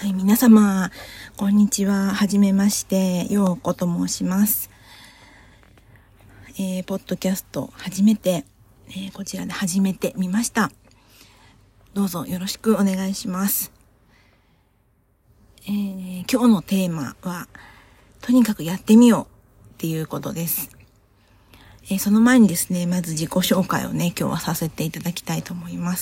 はい、皆様、こんにちは。はじめまして、ようこと申します。ポッドキャスト初めて、こちらで始めてみました。どうぞよろしくお願いします。今日のテーマは、とにかくやってみようっていうことです。その前にですね、まず自己紹介をね、今日はさせていただきたいと思います。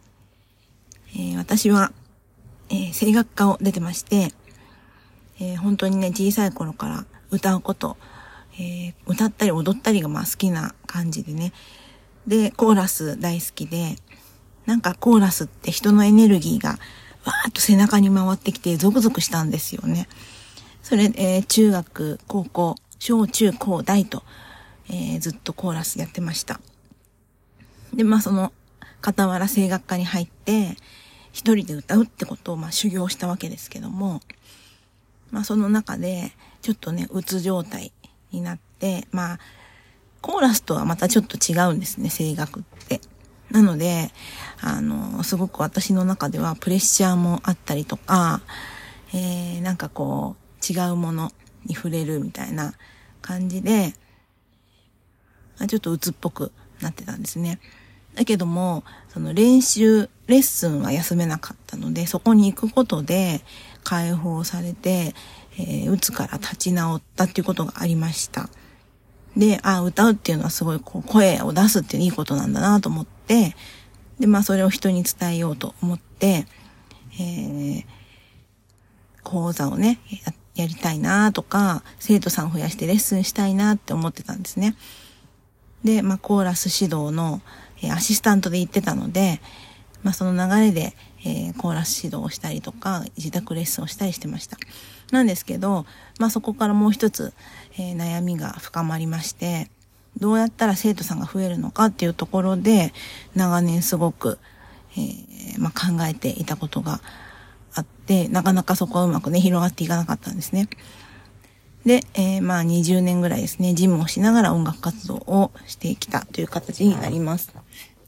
私は、声楽科を出てまして、本当にね、小さい頃から歌うこと、歌ったり踊ったりが好きな感じでね。で、コーラス大好きで、なんかコーラスって人のエネルギーがわーっと背中に回ってきてゾクゾクしたんですよね。それ、中学、高校、小中高大と、ずっとコーラスやってました。で、その傍ら声楽科に入って、一人で歌うってことを修行したわけですけども、その中でちょっとね、うつ状態になって、コーラスとはまたちょっと違うんですね、声楽って。なので、すごく私の中ではプレッシャーもあったりとか、なんかこう、違うものに触れるみたいな感じで、ちょっとうつっぽくなってたんですね。だけども、そのレッスンは休めなかったので、そこに行くことで解放されて、うつから立ち直ったっていうことがありました。で、歌うっていうのはすごいこう声を出すっていういいことなんだなと思って、で、それを人に伝えようと思って、講座をね、やりたいなとか、生徒さんを増やしてレッスンしたいなって思ってたんですね。で、コーラス指導のアシスタントで行ってたので、その流れで、コーラス指導をしたりとか、自宅レッスンをしたりしてました。なんですけど、そこからもう一つ、悩みが深まりまして、どうやったら生徒さんが増えるのかっていうところで、長年すごく、考えていたことがあって、なかなかそこはうまくね、広がっていかなかったんですね。で、20年ぐらいですね、ジムをしながら音楽活動をしてきたという形になります。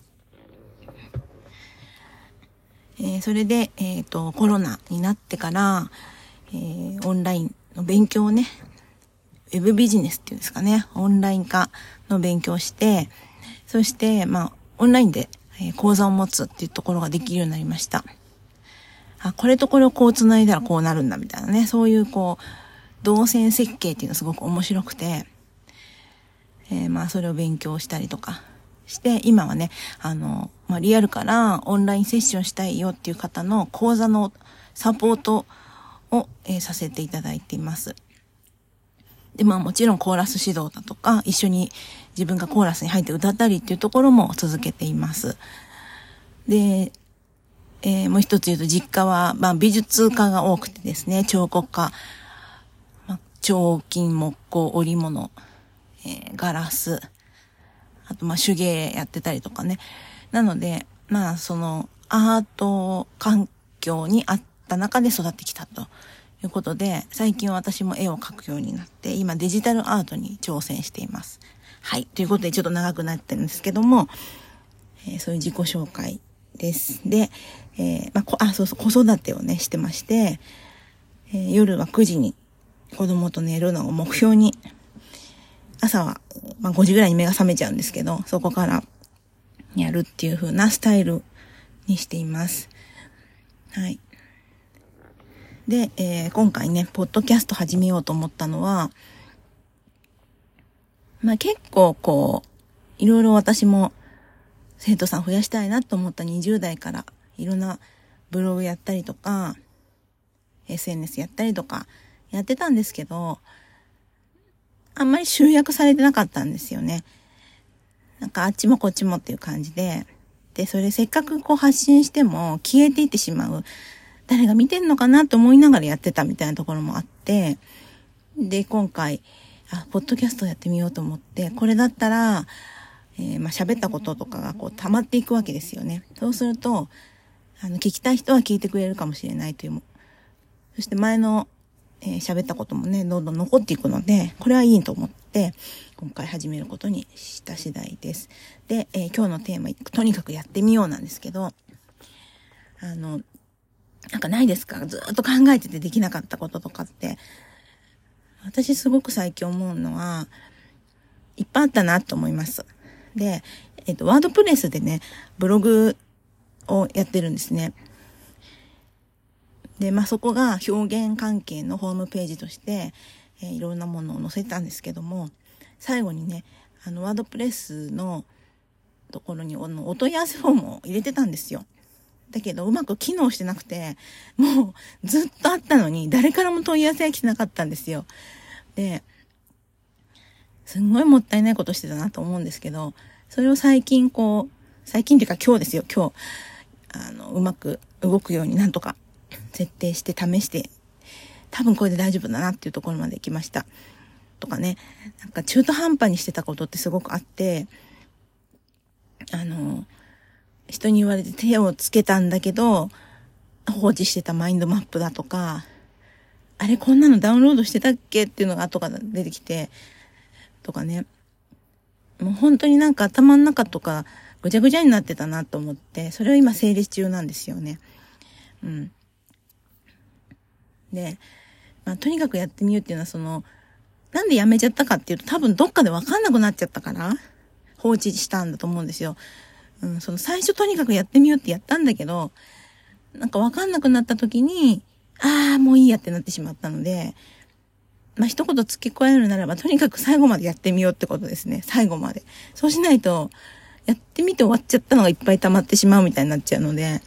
それで、コロナになってから、オンラインの勉強をね、ウェブビジネスっていうんですかね、オンライン化の勉強をして、そして、オンラインで、講座を持つっていうところができるようになりました。これとこれをこう繋いだらこうなるんだみたいなね、そういうこう、動線設計っていうのがすごく面白くて、それを勉強したりとかして、今はね、リアルからオンラインセッションしたいよっていう方の講座のサポートを、させていただいています。で、もちろんコーラス指導だとか、一緒に自分がコーラスに入って歌ったりっていうところも続けています。で、もう一つ言うと実家は、美術家が多くてですね、彫刻家、彫金、木工、織物、ガラス、あと手芸やってたりとかね。なので、そのアート環境にあった中で育ってきたということで、最近は私も絵を描くようになって、今デジタルアートに挑戦しています。はい。ということでちょっと長くなってるんですけども、そういう自己紹介です。で、そうそう、子育てをね、してまして、夜は9時に子供と寝るのを目標に、朝は、5時ぐらいに目が覚めちゃうんですけど、そこからやるっていう風なスタイルにしています。はい。で、今回ね、ポッドキャスト始めようと思ったのは、結構こう、いろいろ私も生徒さん増やしたいなと思った20代からいろんなブログやったりとか、SNS やったりとかやってたんですけど、あんまり集約されてなかったんですよね。なんかあっちもこっちもっていう感じで、それせっかくこう発信しても消えていってしまう。誰が見てんのかなと思いながらやってたみたいなところもあって、で、今回、ポッドキャストやってみようと思って、これだったら、喋ったこととかがこう溜まっていくわけですよね。そうすると、聞きたい人は聞いてくれるかもしれないという。そして前の喋ったこともね、どんどん残っていくので、これはいいと思って、今回始めることにした次第です。で、今日のテーマ、とにかくやってみようなんですけど、 なんかないですか？ずっと考えててできなかったこととかって。私すごく最近思うのは、いっぱいあったなと思います。で、ワードプレスでね、ブログをやってるんですね。で、そこが表現関係のホームページとして、いろんなものを載せたんですけども、最後にね、ワードプレスのところにお問い合わせフォームを入れてたんですよ。だけどうまく機能してなくて、もうずっとあったのに誰からも問い合わせが来てなかったんですよ。で、すんごいもったいないことしてたなと思うんですけど、それを最近っていうか今日ですよ、今日、うまく動くようになんとか設定して試して、多分これで大丈夫だなっていうところまで来ました。とかね、なんか中途半端にしてたことってすごくあって、人に言われて手をつけたんだけど、放置してたマインドマップだとか、あれこんなのダウンロードしてたっけっていうのが後から出てきて、とかね。もう本当になんか頭の中とかぐちゃぐちゃになってたなと思って、それを今整理中なんですよね。うん。で、とにかくやってみようっていうのはなんでやめちゃったかっていうと多分どっかでわかんなくなっちゃったから放置したんだと思うんですよ。最初とにかくやってみようってやったんだけど、なんかわかんなくなった時に、もういいやってなってしまったので、一言付け加えるならば、とにかく最後までやってみようってことですね。最後まで。そうしないと、やってみて終わっちゃったのがいっぱい溜まってしまうみたいになっちゃうので、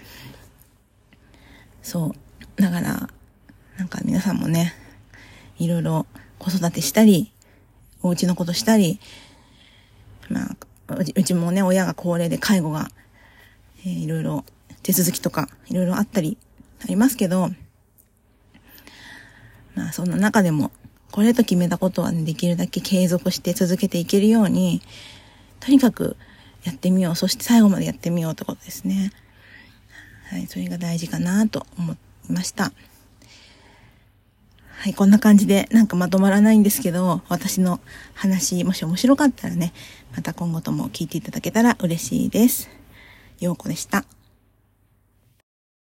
そう。だから、なんか皆さんもね、いろいろ子育てしたり、お家のことしたり、うちもね、親が高齢で介護が、いろいろ手続きとかいろいろありますけど、そんな中でもこれと決めたことはね、できるだけ継続して続けていけるように、とにかくやってみよう。そして最後までやってみようってことですね。はい、それが大事かなと思いました。はい、こんな感じでなんかまとまらないんですけど、私の話もし面白かったらね、また今後とも聞いていただけたら嬉しいです。ようこでした。